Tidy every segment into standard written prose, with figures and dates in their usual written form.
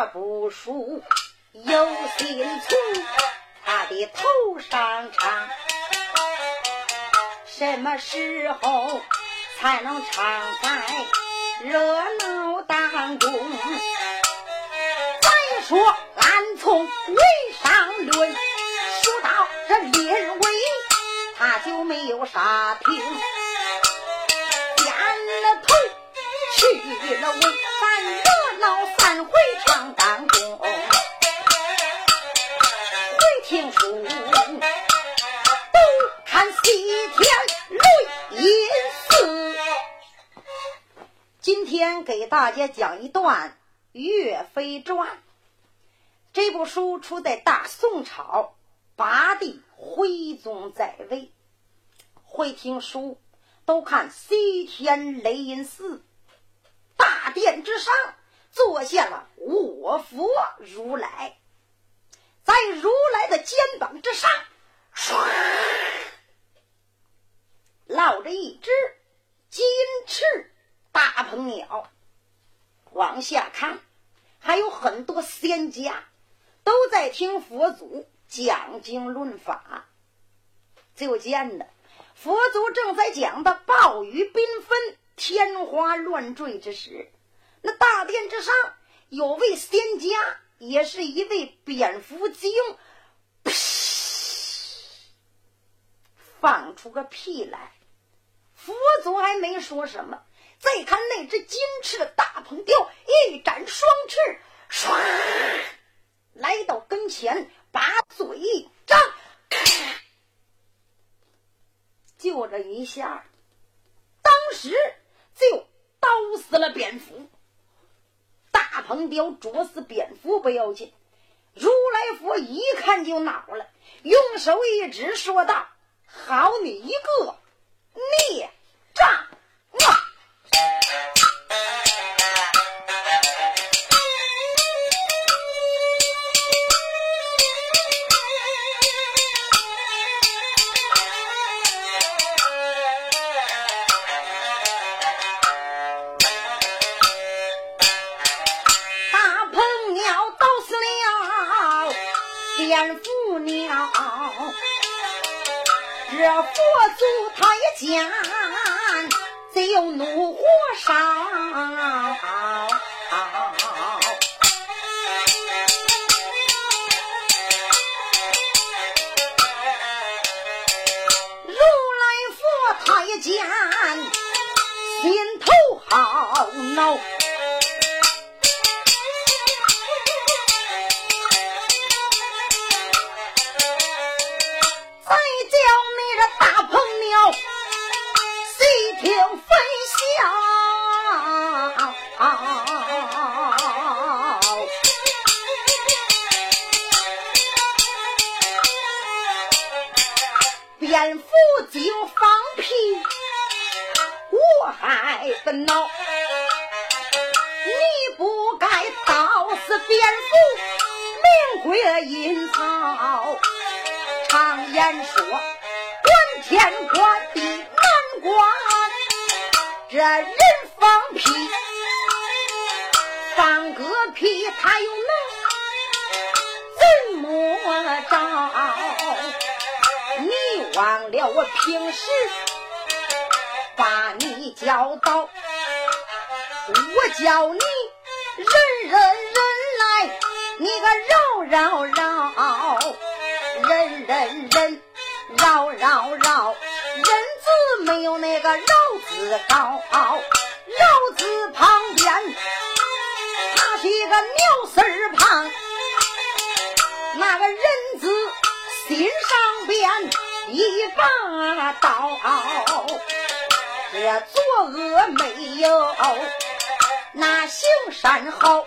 这部书有心从他的头上唱，什么时候才能唱在热闹当中？再说俺从为上论，说到这列位他就没有啥听，点了头去了为咱热闹散会场当中，会听书都看西天论音寺。今天给大家讲一段《岳飞传》。这部书出在大宋朝，八帝徽宗在位。会听书都看西天雷音寺，大殿之上坐下了卧佛如来，在如来的肩膀之上落着一只金翅大鹏鸟。往下看还有很多仙家都在听佛祖讲经论法。就见了佛祖正在讲的暴雨缤纷天花乱坠之时，那大殿之上有位仙家，也是一位蝙蝠精，放出个屁来。佛祖还没说什么，再看那只金翅的大鹏雕一展双翅，唰来到跟前，把嘴一张，就这一下，当时就刀死了蝙蝠。大鹏雕啄死蝙蝠不要紧，如来佛一看就恼了，用手一指说道：好你一个孽障！蝙蝠鸟，这佛祖他也讲就怒火烧，如来佛他也讲心头好恼，蝙蝠精放屁我还不恼，你不该刀死蝙蝠名归阴曹。常言说管天管地难管，这人放屁放个屁他又能怎么着？你忘了我平时把你教导，我教你人来，你个绕人绕，人字没有那个绕字高，绕字旁边它是一个鸟丝儿旁，那个人字心上边一把刀，这作恶没有那行善好，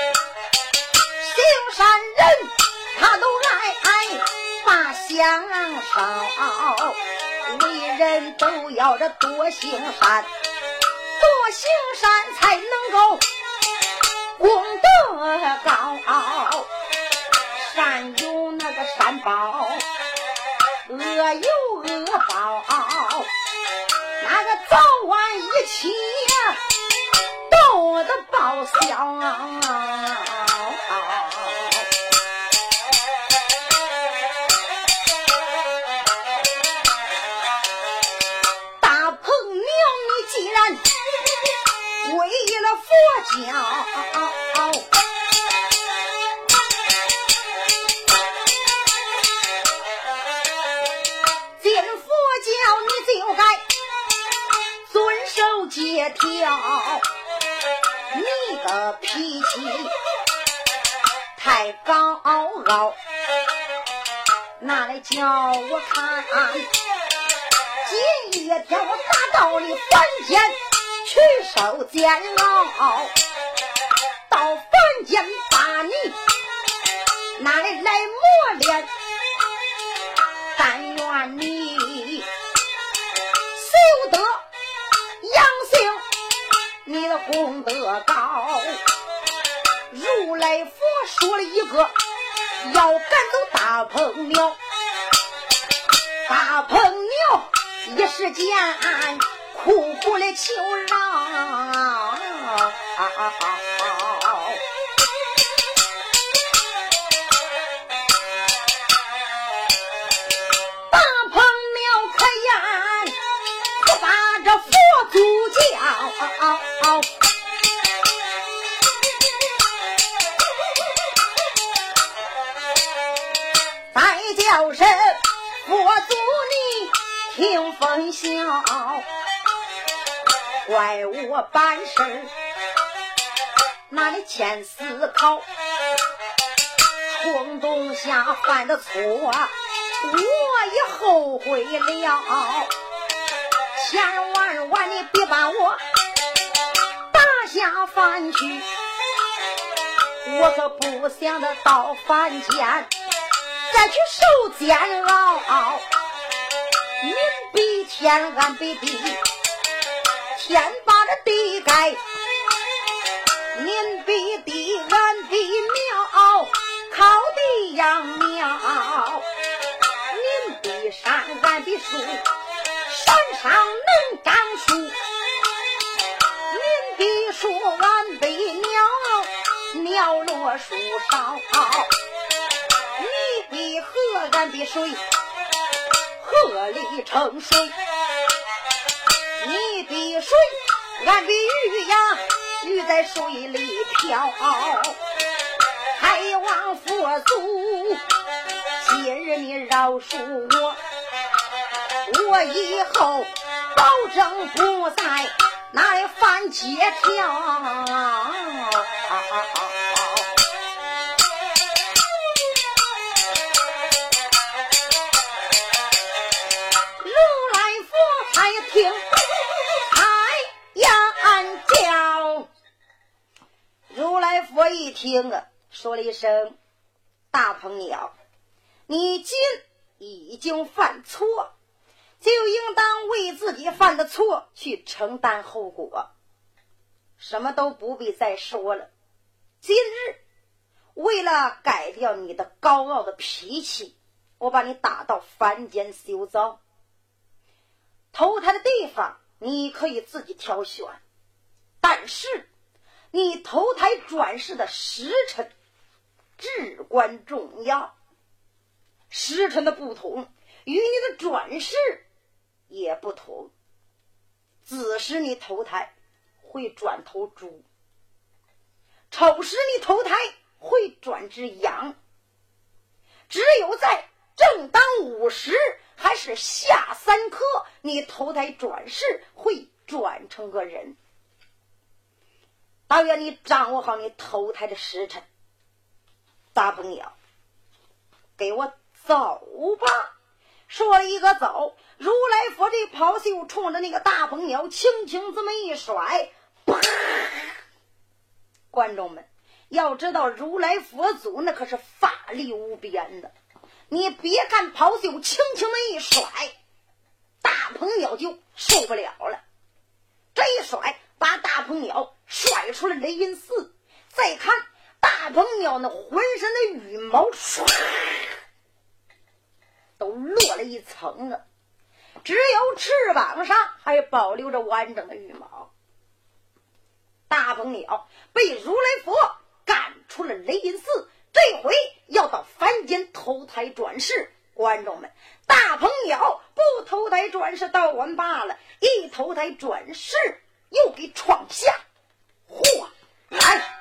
行善人他都爱把香烧，为人都要这多行善，多行善才能够功德高，善有那个善报，恶有恶报，那个早晚一起都我的报效大鹏鸟，你既然为了佛教，进佛教你就该遵守戒条，你的脾气太高傲，拿来叫我看，今夜天我打到你凡间去受煎熬，到凡间把你拿来磨练，但愿你修得阳性，你的功德高。如来佛说了一个要赶走大鹏鸟，大鹏鸟一时间苦苦的求饶，大鹏鸟开眼不把这佛祖教，再叫声佛祖你听分晓，怪我办事那里欠思考，冲动下犯的错我也后悔了，千万你别把我打下凡去，我可不想得到凡间再去受煎熬，您比天俺比地，天把这地盖，您比地俺比庙，靠地养庙，您比山俺比树，山上能长树，您比树俺比鸟，鸟落树梢，你比河俺比水，河里盛水，你比水俺比鱼呀，鱼在水里飘，还望佛祖今日你饶恕我以后保证不再拿来犯戒条，听太阳叫，如来佛一听啊，说了一声：大鹏鸟，你今已经犯错，就应当为自己犯的错去承担后果，什么都不必再说了。今日为了改掉你的高傲的脾气，我把你打到凡间修造，投胎的地方你可以自己挑选，但是你投胎转世的时辰至关重要，时辰的不同与你的转世也不同。子时你投胎会转头猪，丑时你投胎会转只羊，只有在正当午时还是下三刻你投胎转世会转成个人。但愿你掌握好你投胎的时辰。大鹏鸟，给我走吧。说了一个走，如来佛这袍袖冲着那个大鹏鸟轻轻这么一甩，啪！观众们要知道，如来佛祖那可是法力无边的，你别看袍袖轻轻的一甩，大鹏鸟就受不了了。这一甩把大鹏鸟甩出了雷音寺，再看大鹏鸟那浑身的羽毛唰都落了一层了，只有翅膀上还保留着完整的羽毛。 大鹏鸟被如来佛赶出了雷音寺，这回要到凡间投胎转世。观众们，大鹏鸟不投胎转世倒完罢了，一投胎转世又给闯下祸来了。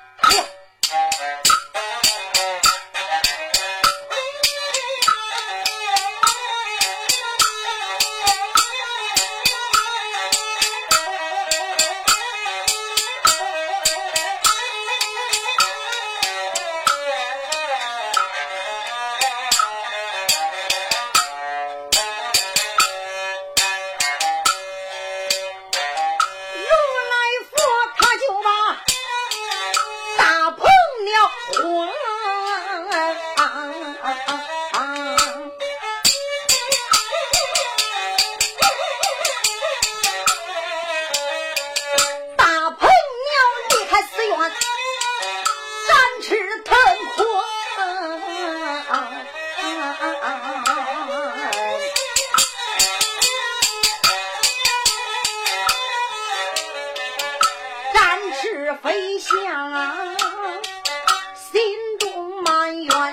飞翔，心中埋怨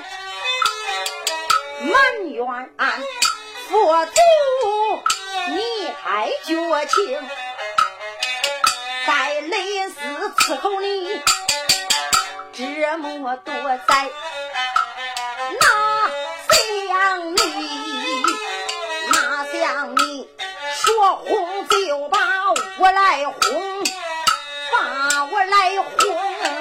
佛祖，你太绝情，在雷音寺伺候你这么多载，哪像你说哄就把我来哄，把我来哄。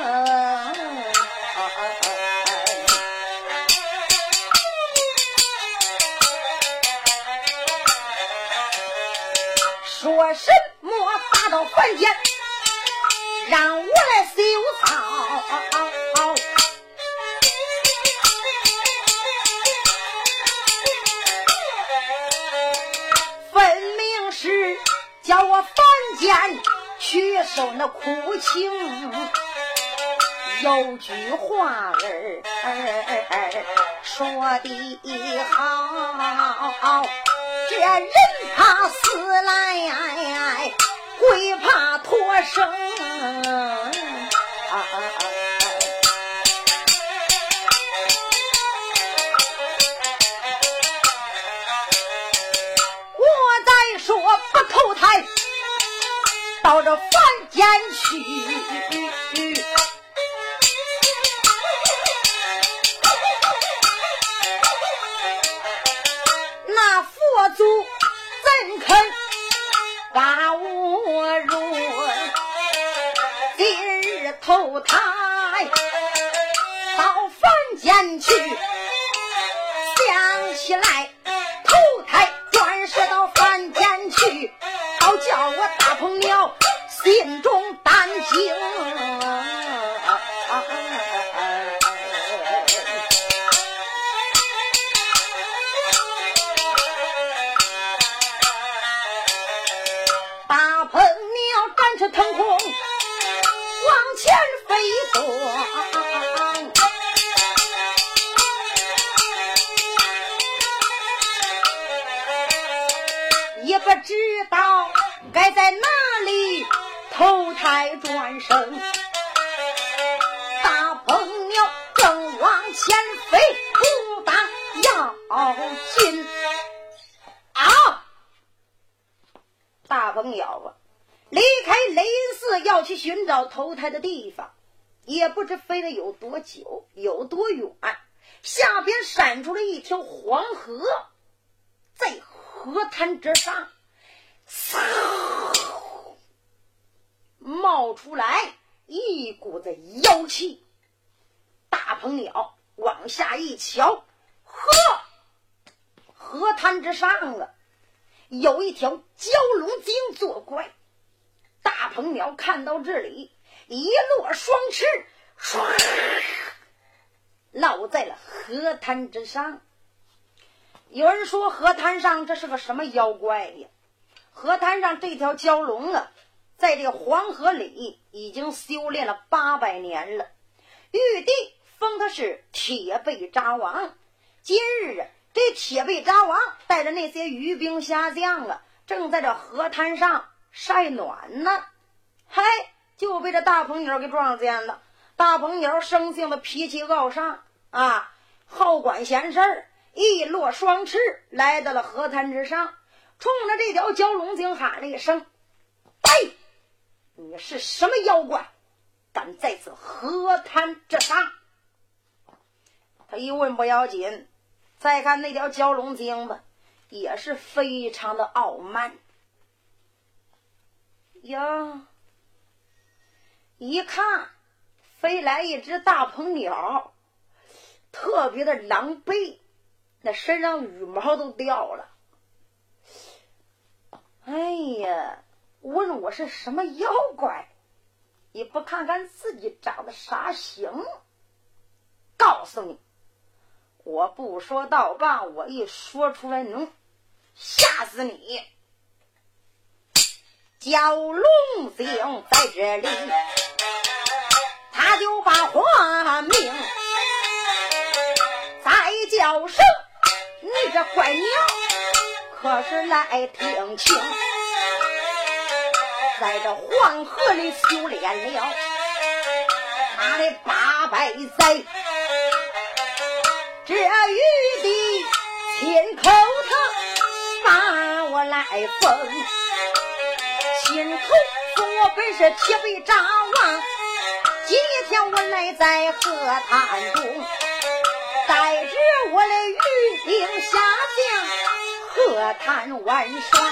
说什么打到凡间，让我来修草，分明是叫我凡间去受那苦情。有句话说得好，这人怕死来，鬼怕脱生。我再说不投胎到这凡间去，那佛祖怎肯把我入？今日投胎到凡间去，想起来投胎转世到凡间去，好叫我大鹏鸟心中担惊。大鹏鸟展翅腾空往前飞动，也不知道该在哪里投胎转生。大鹏鸟正往前飞，不当要紧啊！大鹏鸟啊，离开雷音寺要去寻找投胎的地方，也不知飞了有多久，有多远。下边闪出了一条黄河，在河滩之上冒出来一股子妖气。大鹏鸟往下一瞧，河滩之上啊，有一条蛟龙精作怪。大鹏鸟看到这里，一落双翅，落在了河滩之上。有人说河滩上这是个什么妖怪呀？河滩上这条蛟龙啊，在这黄河里已经修炼了800年了。玉帝封他是铁背札王。今日啊，这铁背札王带着那些鱼兵虾将啊，正在这河滩上晒暖呢。嗨， 就被这大鹏鸟给撞见了。大鹏鸟生性的脾气傲上啊，好管闲事儿，一落双翅来到了河滩之上，冲着这条蛟龙精喊了一声：哎，你是什么妖怪，敢在此河滩之上？他一问不要紧，再看那条蛟龙精吧，也是非常的傲慢呀。一看飞来一只大鹏鸟，特别的狼狈，那身上羽毛都掉了。哎呀，问我是什么妖怪，也不看看自己长得啥形。告诉你，我不说倒罢，我一说出来能吓死你。蛟龙精在这里，他就把话明再叫声，你这怪鸟可是来听清，在这黄河里修炼了他的800载，这玉帝亲口他把我来封，心头说我本是铁背渣王，今天我来在河滩中，带着我的玉鼎下降河滩玩耍，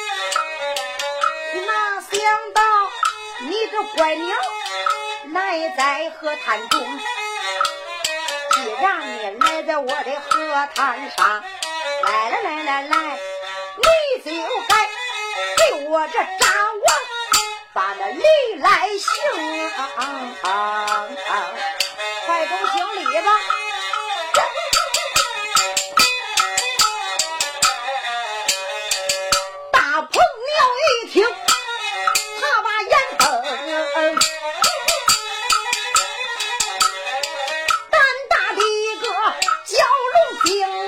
哪想到你这怪鸟来在河滩中，既然你来在我的河滩上，来，你就该给我这渣王把那礼来行快走行礼吧。大鹏鸟一听，他把眼瞪，胆大的一个蛟龙精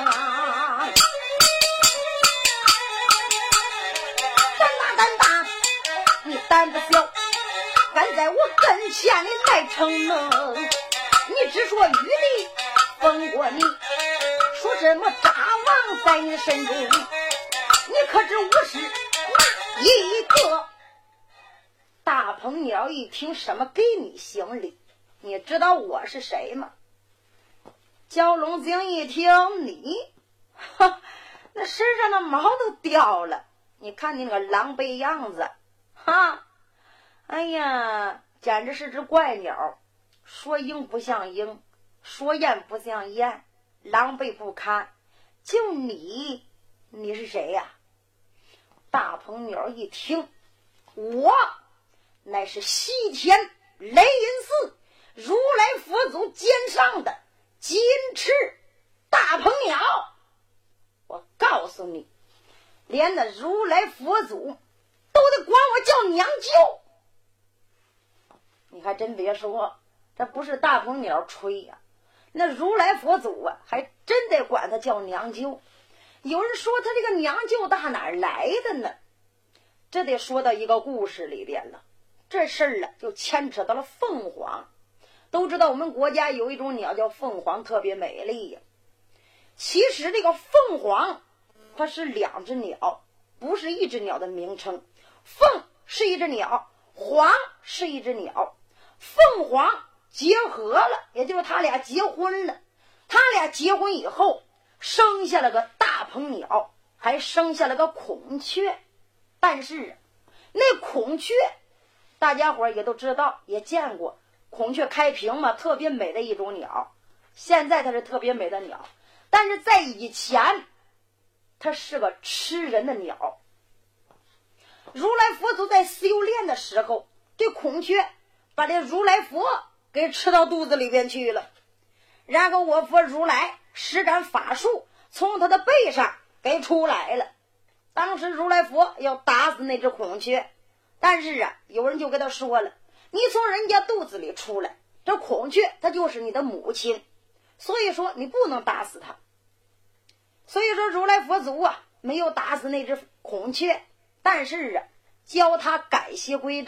胆大，你胆子小，敢在我跟前里来逞能，你只说玉帝封过你，说什么渣王在你身中，你可知我是哪一个？大鹏鸟一听，什么给你行礼？你知道我是谁吗？蛟龙精一听，你那身上的毛都掉了，你看你那个狼狈样子，哎呀，简直是只怪鸟，说鹰不像鹰，说雁不像雁，狼狈不堪。就你是谁呀？大鹏鸟一听，我乃是西天雷音寺如来佛祖肩上的金翅大鹏鸟。我告诉你，连那如来佛祖都得管我叫娘舅。你还真别说，这不是大鹏鸟吹呀，那如来佛祖还真得管他叫娘舅。有人说他这个娘舅大哪儿来的呢？这得说到一个故事里边了。这事儿就牵扯到了凤凰。都知道我们国家有一种鸟叫凤凰，特别美丽呀。其实这个凤凰它是两只鸟，不是一只鸟的名称。凤是一只鸟，凰是一只鸟，凤凰结合了，也就是他俩结婚了。他俩结婚以后生下了个大鹏鸟，还生下了个孔雀。但是那孔雀大家伙也都知道，也见过，孔雀开屏嘛，特别美的一种鸟。现在它是特别美的鸟，但是在以前它是个吃人的鸟。如来佛祖在修炼的时候，这孔雀把这如来佛给吃到肚子里边去了，然后我佛如来施展法术，从他的背上给出来了。当时如来佛要打死那只孔雀，但是有人就跟他说了，你从人家肚子里出来，这孔雀它就是你的母亲，所以说你不能打死它。所以说如来佛祖没有打死那只孔雀，但是教他改邪归正，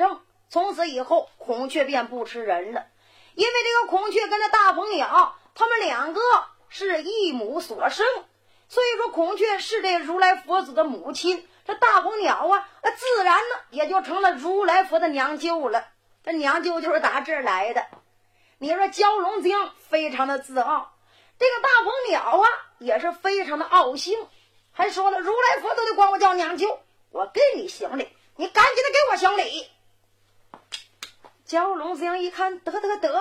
从此以后孔雀便不吃人了，因为这个孔雀跟着大鹏鸟他们两个是一母所生，所以说孔雀是这如来佛祖的母亲，这大鹏鸟啊自然呢也就成了如来佛的娘舅了。这娘舅就是打这儿来的。你说蛟龙精非常的自傲，这个大鹏鸟啊也是非常的傲性，还说了如来佛都得管我叫娘舅，我给你行礼，你赶紧的给我行礼。蛟龙精一看得，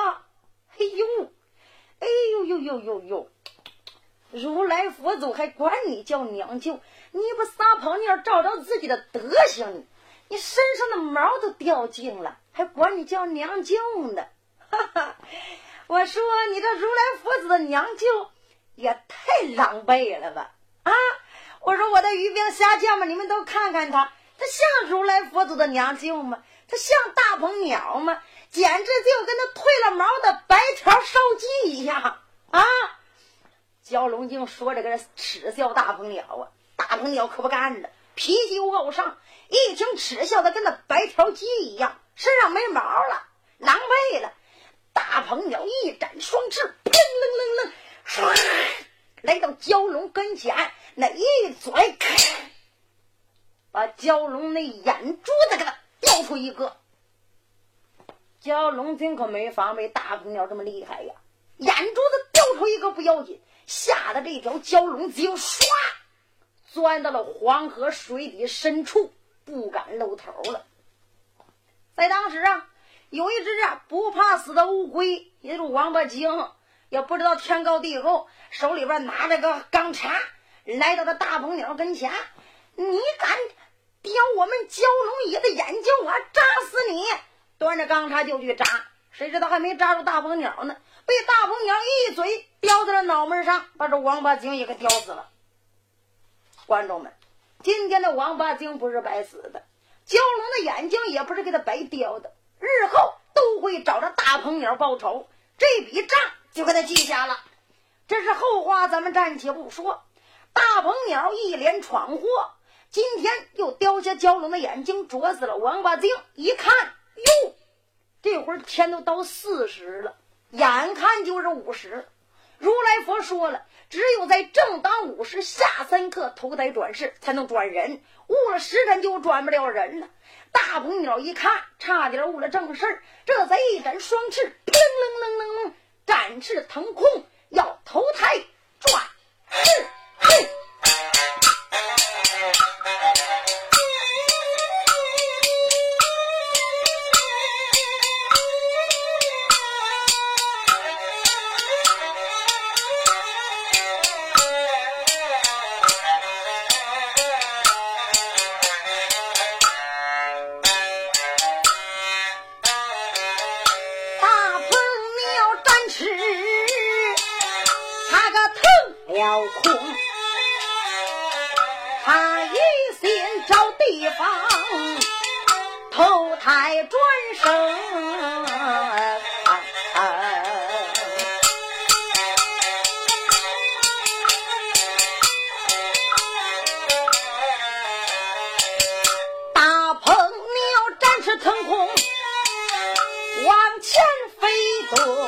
哎呦，如来佛祖还管你叫娘舅，你不撒泡尿照照自己的德行，你身上的毛都掉尽了，还管你叫娘舅呢。哈哈，我说你这如来佛祖的娘舅也太狼狈了吧啊！我说我的鱼兵虾将们，你们都看看他像如来佛祖的娘舅吗？他像大鹏鸟吗？简直就跟他褪了毛的白条烧鸡一样啊！蛟龙精说这个耻笑大鹏鸟啊，大鹏鸟可不干了，脾气傲上，一听耻笑的跟那白条鸡一样，身上没毛了，狼狈了。大鹏鸟一展双翅，砰楞楞，来到蛟龙跟前，那一嘴把蛟龙那眼珠子给他掉出一个。蛟龙精可没防备大鹏鸟这么厉害呀，眼珠子掉出一个不要紧，吓得这条蛟龙精唰钻到了黄河水底深处，不敢露头了。在当时啊，有一只不怕死的乌龟，也就是王八精，也不知道天高地厚，手里边拿着个钢叉，来到这大鹏鸟跟前，你敢叼我们蛟龙爷的眼睛，我扎死你！端着钢叉就去扎，谁知道还没扎住大鹏鸟呢，被大鹏鸟一嘴叼在了脑门上，把这王八精也给叼死了。观众们，今天的王八精不是白死的，蛟龙的眼睛也不是给他白叼的，日后都会找着大鹏鸟报仇，这笔账就给他记下了。这是后话，咱们暂且不说。大鹏鸟一连闯祸，今天又叼下蛟龙的眼睛，啄死了王八精。一看哟，这会儿天都到40了，眼看就是50。如来佛说了，只有在正当50下3刻投胎转世才能转人，误了时辰就转不了人了。大鹏鸟一看差点误了正事，这才一展双翅，砰楞楞楞，展翅腾空，要投胎转世。他一心找地方投胎转生，大鹏鸟展翅腾空往前飞动，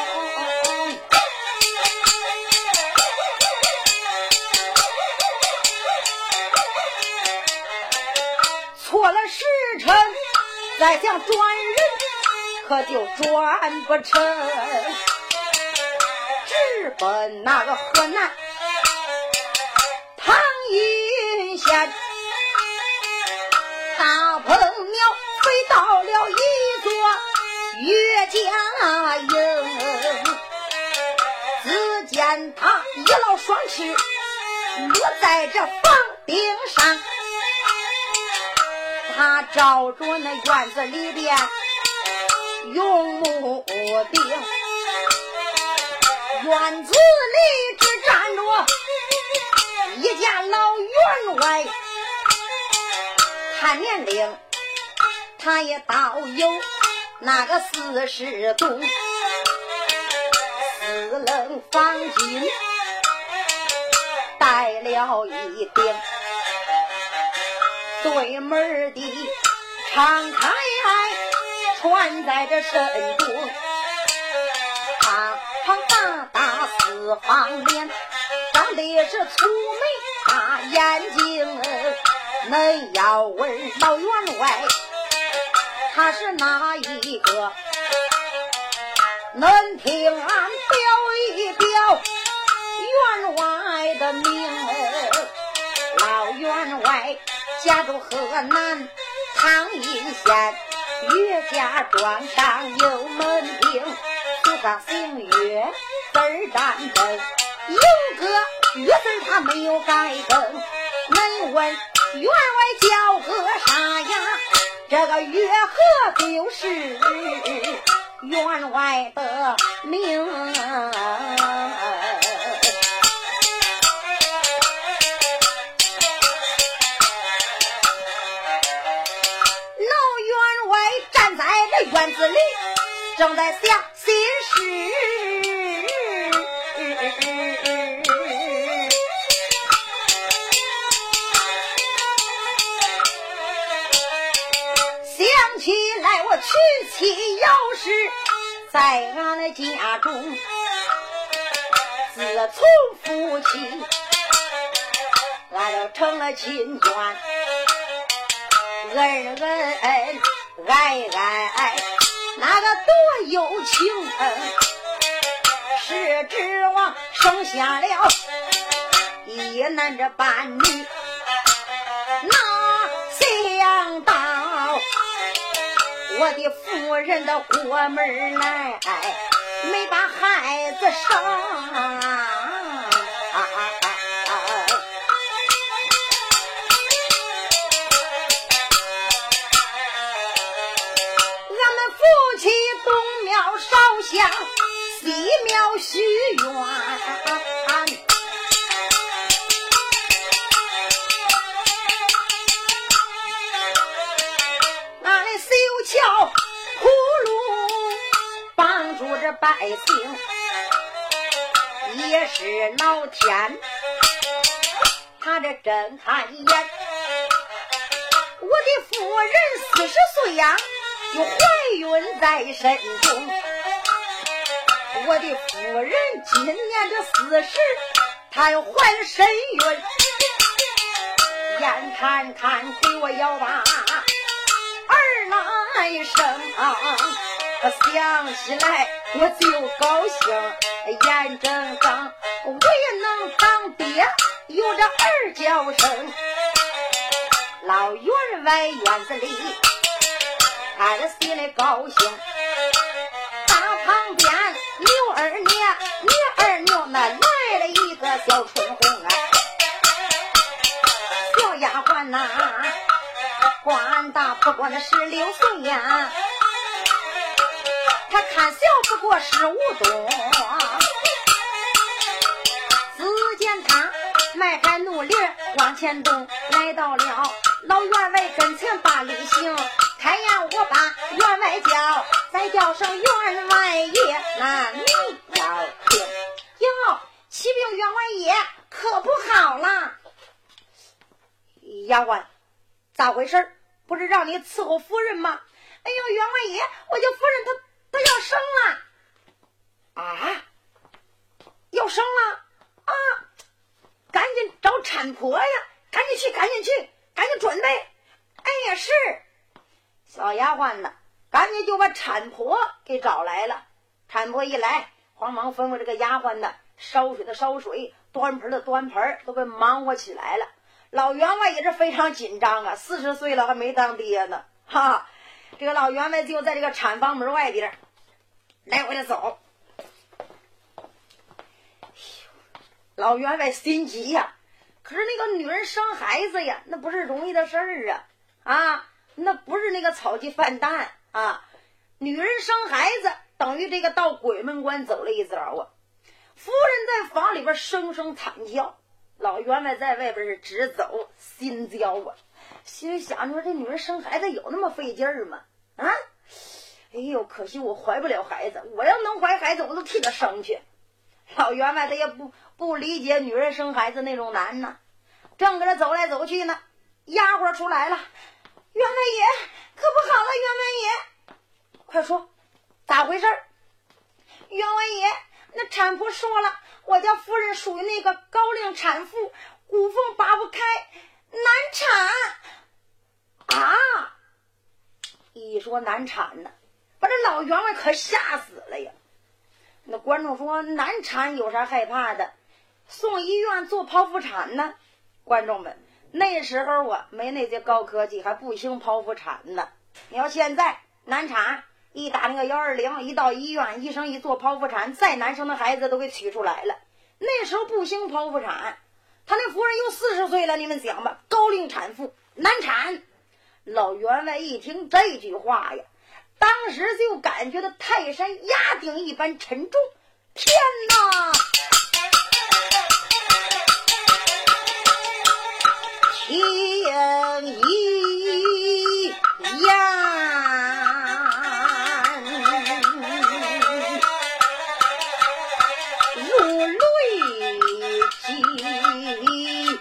错了时辰再想转人可就转不成，直奔那个河南唐阴县。大鹏鸟飞到了一座岳家营，只见他一老双翅落在这房顶上，他照着那院子里边用木钉，院子里只站着一家老员外，看年龄他也倒有那个40度，4棱方巾戴了一顶，对门的敞开穿在这身中，长长大大四方脸，长得是粗眉大眼睛。恁要问老员外他是哪一个，恁听俺表一表员外的名。老员外家住河南长阴县岳家庄上有门庭，书上姓岳，字儿单正，有个岳字他没有改更。恁问员外叫个啥呀？这个岳和就是员外的名。老员外站在这院子里，正在想心事。想起来我娶妻要是在俺的家中，自从夫妻俺就成了亲眷，恩恩爱爱那个多有情是指望生下了一男这半女，哪想到我的夫人的过门来没把孩子生。俺们夫妻东庙烧香，西庙许愿，俺的修桥铺路，帮助着百姓，也是老天他这真看眼。我的夫人40岁呀，有怀孕在身中，我的夫人今年这40，她又怀了身孕，眼看看给我要把儿来生，想起来我就高兴，眼睁睁我也能当爹，有这儿叫声。老员外院子里他的心里高兴，大旁边牛二娘那来了一个小春红小丫鬟呐，官大不过那16岁呀，他看小不过15多，只见他迈开怒铃往前动，来到了老员外跟前把礼行，开言我把员外叫，再叫声员外爷，那你要听哟，启禀员外爷可不好了。丫鬟咋回事？不是让你伺候夫人吗？哎呦，员外爷，我家夫人她要生了啊，要生了啊，赶紧找产婆呀，赶紧去赶紧准备。哎呀，是小丫鬟呢，赶紧就把产婆给找来了。产婆一来，慌忙吩咐这个丫鬟呢，烧水的烧水，端盆的端盆，都给忙活起来了。老员外也是非常紧张啊，40岁了还没当爹呢，哈！这个老员外就在这个产房门外边来回的走。老员外心急呀，可是那个女人生孩子呀，那不是容易的事儿啊，那不是那个草鸡饭蛋啊，女人生孩子等于这个到鬼门关走了一遭啊。夫人在房里边声声惨叫，老员外在外边是直走心焦啊，心里想说这女人生孩子有那么费劲儿吗？啊，哎呦，可惜我怀不了孩子，我要能怀孩子我都替她生去。老员外他也不理解女人生孩子那种难呢，正跟他走来走去呢，丫鬟出来了，员外爷可不好了，员外爷。 快说咋回事？员外爷，那产婆说了，我家夫人属于那个高龄产妇，骨缝拔不开，难产啊！一说难产呢，把这老员外可吓死了呀。那观众说难产有啥害怕的，送医院做剖腹产呢。观众们，那时候啊没那些高科技，还不兴剖腹产呢。你要现在难产，一打那个120，一到医院，医生一做剖腹产，再难生的孩子都给取出来了。那时候不兴剖腹产，他那夫人又40岁了，你们想吧，高龄产妇难产。老员外一听这句话呀，当时就感觉到泰山压顶一般沉重。天哪！天一呀！如泪滴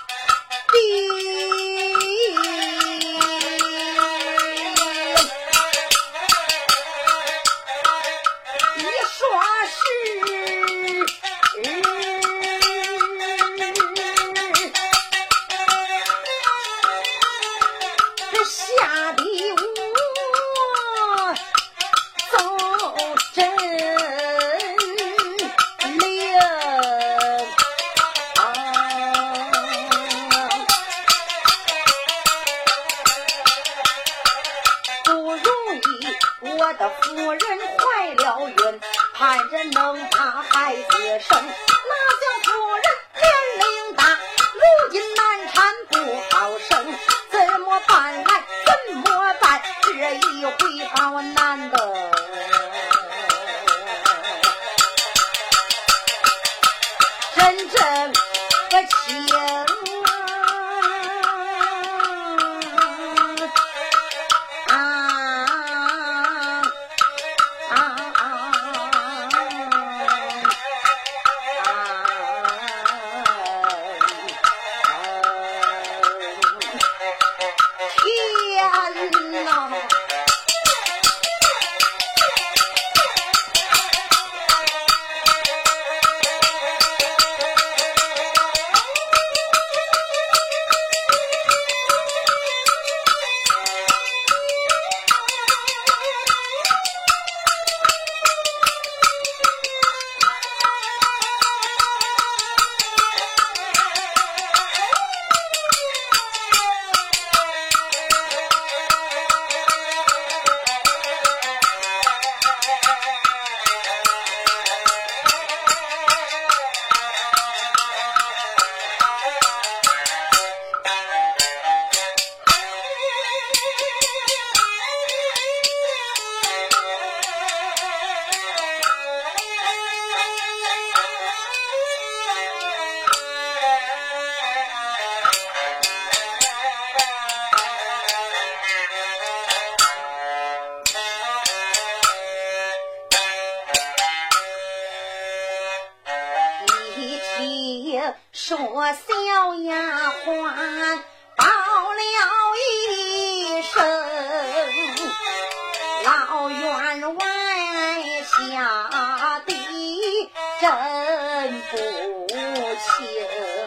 说小丫鬟报了一声，老员外下地真不轻，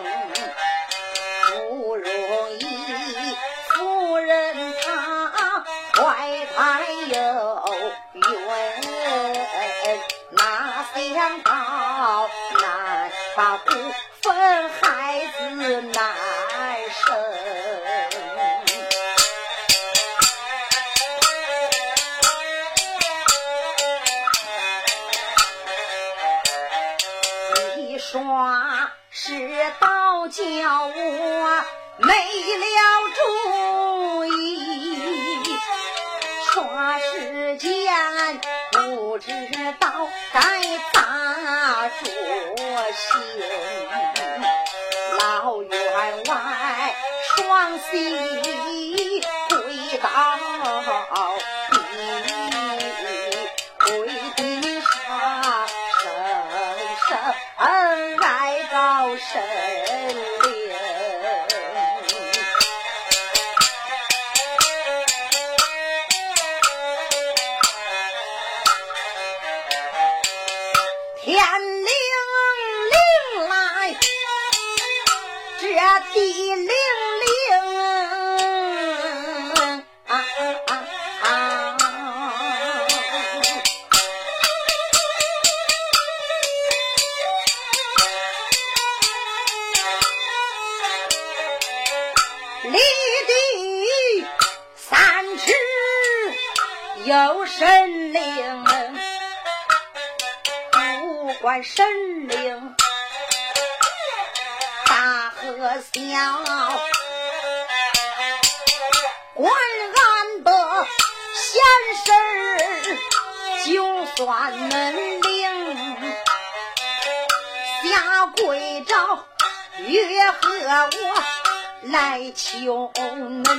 不容易夫人她怀胎有孕，哪想到难把不分孩子难生，一刷是道教我没了主意，刷时间不知道该咋着行，老员外双膝跪到地，跪地上深深哀告神灵， 离地3尺有神灵，不管神灵大和小，关俺的闲事就算能灵，下跪着约和我来求恁，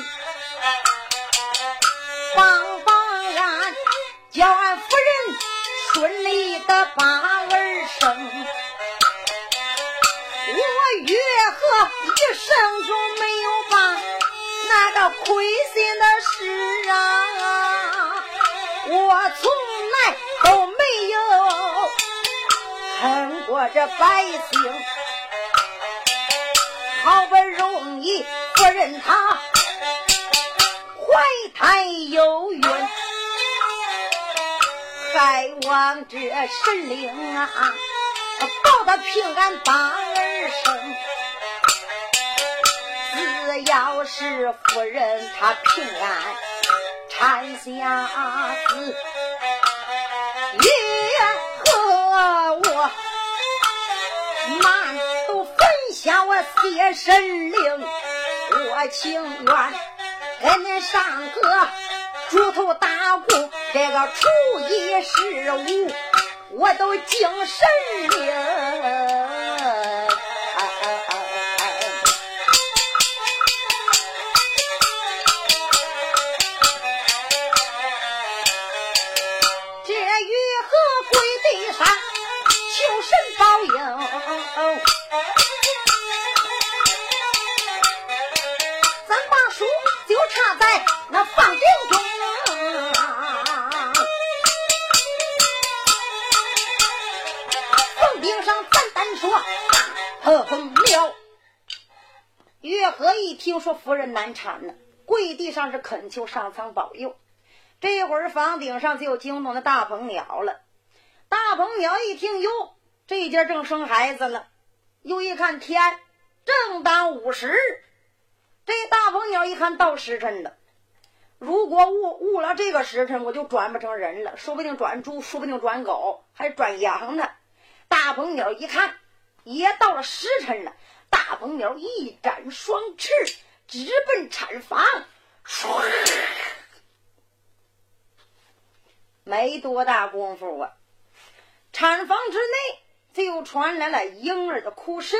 帮俺叫俺夫人顺利的把儿生，我约和一生就没有把那个亏心的事啊，我从来都没有恨过这百姓，好不容易夫人她怀胎有孕，还望这神灵啊保他平安把儿生，只要是夫人她平安产下子，也和我满都分下我谢神灵，我情愿跟您上个猪头打鼓，这个初一十五我都敬神灵。这玉和跪地上求神保佑，咱把书就插在那放顶中，凤顶上咱单说大鹏庙。月和一听说夫人难产了，跪地上是恳求上苍保佑。这会儿房顶上就惊动了大鹏鸟了。大鹏鸟一听，哟，这家正生孩子了，又一看天正当午时，这大鹏鸟一看到时辰了，如果误了这个时辰，我就转不成人了，说不定转猪，说不定转狗，还转羊呢。大鹏鸟一看也到了时辰了，大鹏鸟一展双翅直奔产房，没多大功夫啊，产房之内就传来了婴儿的哭声。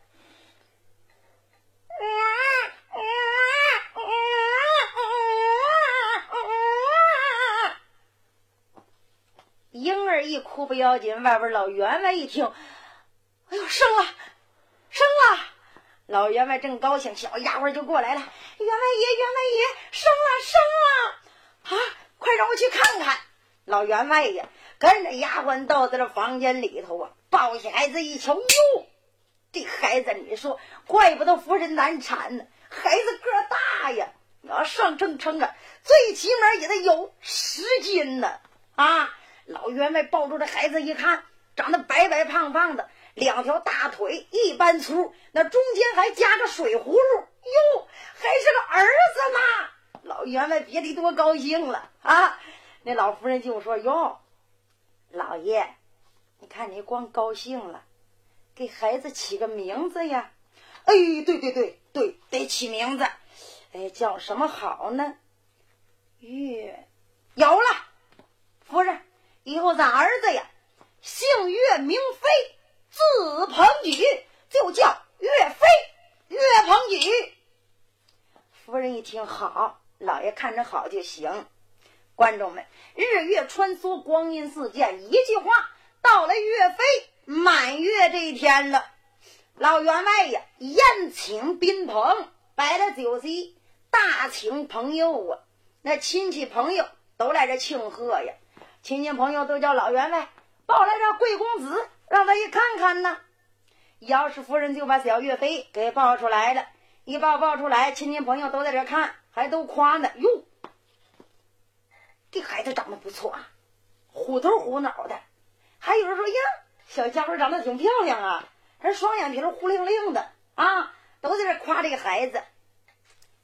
婴儿一哭不要紧，外边老员外一听，哎呦，生了生了！老员外正高兴，小丫鬟就过来了，员外爷生了啊，快让我去看看。老员外呀跟着丫鬟到这房间里头啊，抱起孩子一瞧，哟，这孩子你说怪不得夫人难产呢，孩子个大呀，要上正称啊，最起码也得有10斤呢啊！老员外抱住这孩子一看，长得白白胖胖的，2条大腿一般粗，那中间还夹个水葫芦，哟，还是个儿子呢！老员外别提多高兴了啊！那老夫人就说，哟，老爷，你看你光高兴了，给孩子起个名字呀。哎，对，得起名字。哎，叫什么好呢？月，有了，夫人，以后咱儿子呀姓岳名飞，字鹏举，就叫岳飞，岳鹏举。夫人一听，好，老爷看着好就行。观众们，日月穿梭，光阴似箭，一句话，到了岳飞满月这一天了。老员外呀宴请宾朋，摆了酒席，大请朋友啊，那亲戚朋友都来这庆贺呀。亲戚朋友都叫老员外抱来这贵公子，让他一看看呢。姚氏夫人就把小岳飞给抱出来了，一抱出来，亲戚朋友都在这看，还都夸呢，哟，这孩子长得不错啊，虎头虎脑的。还有人说，呀，小家伙长得挺漂亮啊，还双眼皮糊灵灵的啊，都在这夸这个孩子。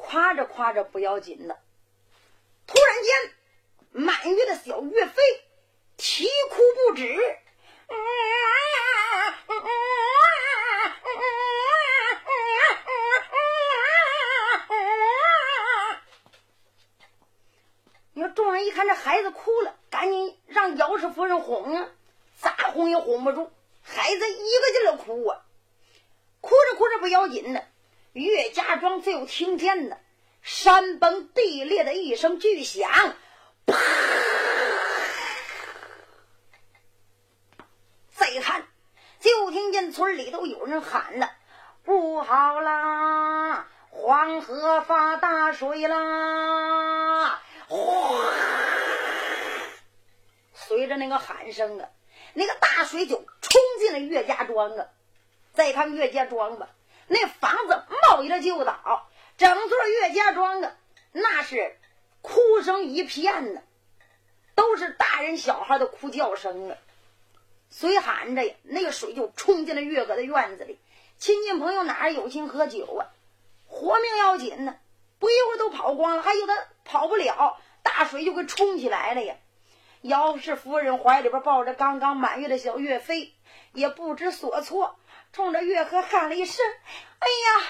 夸着夸着不要紧的，突然间满月的小岳飞啼哭不止，你说众人一看这孩子哭了，赶紧让姚氏夫人哄啊，咋哄也哄不住，孩子一个劲儿哭啊，哭着哭着不要紧的，岳家庄就听见的山崩地裂的一声巨响，啪！再一看，就听见村里头有人喊了：“不好啦，黄河发大水啦！”随着那个喊声啊，那个大水就冲进了岳家庄啊！再看岳家庄吧，那房子冒一了就倒，整座岳家庄啊，那是哭声一片呢，都是大人小孩的哭叫声啊！随喊着呀，那个水就冲进了岳哥的院子里。亲戚朋友哪有心喝酒啊？活命要紧呢，不一会儿都跑光了，还有的跑不了，大水就给冲起来了呀！姚氏夫人怀里边抱着刚刚满月的小岳飞，也不知所措，冲着岳和喊了一声：“哎呀，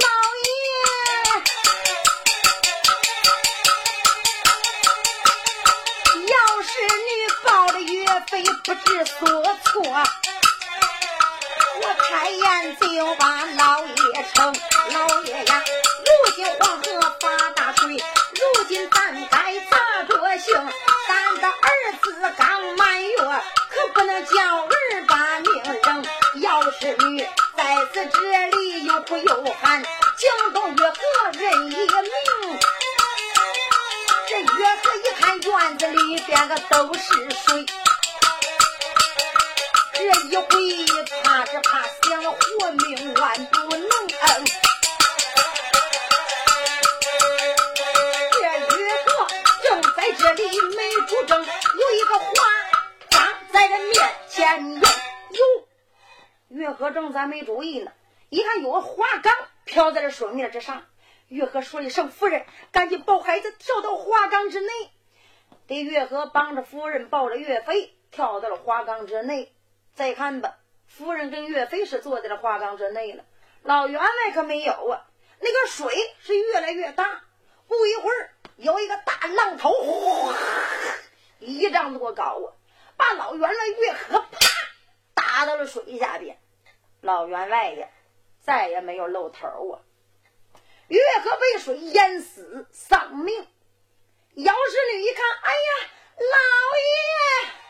老爷！”姚氏女抱着岳飞不知所措，我开言就把老爷称：“老爷呀，如今黄河发大水，如今咱该咋着行？咱的儿子刚满月，可不能叫儿把命扔。要是女在此这里又哭又喊，惊动岳和人一命。这岳和一看院子里边个都是水，这一回怕是怕想活命万不能。这里没主正，有一个花缸在这面前有岳和正咱没注意呢，一看有个花缸飘在这水面之上，岳和说一声：“夫人，赶紧抱孩子跳到花缸之内。”这岳和帮着夫人抱着岳飞跳到了花缸之内。再看吧，夫人跟岳飞是坐在了花缸之内了，老员外可没有啊。那个水是越来越大，不一会儿有一个大浪头，1丈多高啊，把老员外岳和啪打到了水下边。老员外呀，再也没有露头啊！岳和被水淹死丧命。姚氏女一看，哎呀，老爷！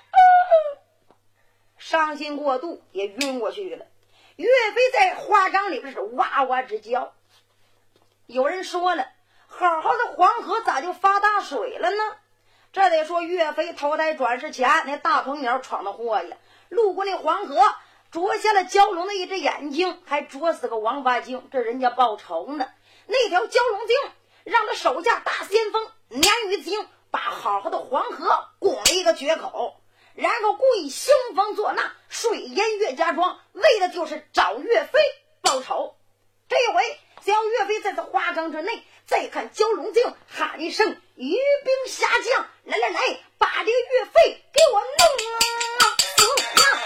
伤心过度也晕过去了。岳飞在花缸里边是哇哇直叫。有人说了，好好的黄河咋就发大水了呢？这得说岳飞投胎转世前那大鹏鸟闯的祸呀，路过那黄河，啄下了蛟龙的一只眼睛，还啄死个王八精，这人家报仇呢。那条蛟龙精让他手下大先锋鲶鱼精把好好的黄河拱了一个决口，然后故意兴风作浪，水淹岳家庄，为的就是找岳飞报仇。这一回只要岳飞在这花缸之内，再看蛟龙精喊一声：“余兵下将，来来来，把这个岳飞给我弄死啊！”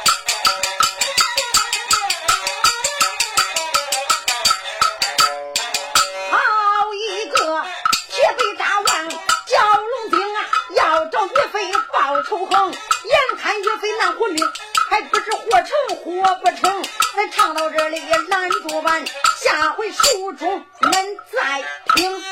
好一个铁背大王蛟龙精啊，要找岳飞报仇恨，眼看岳飞难活命，还不知活成活不成。咱唱到这里拦住完，下回书中恁再听。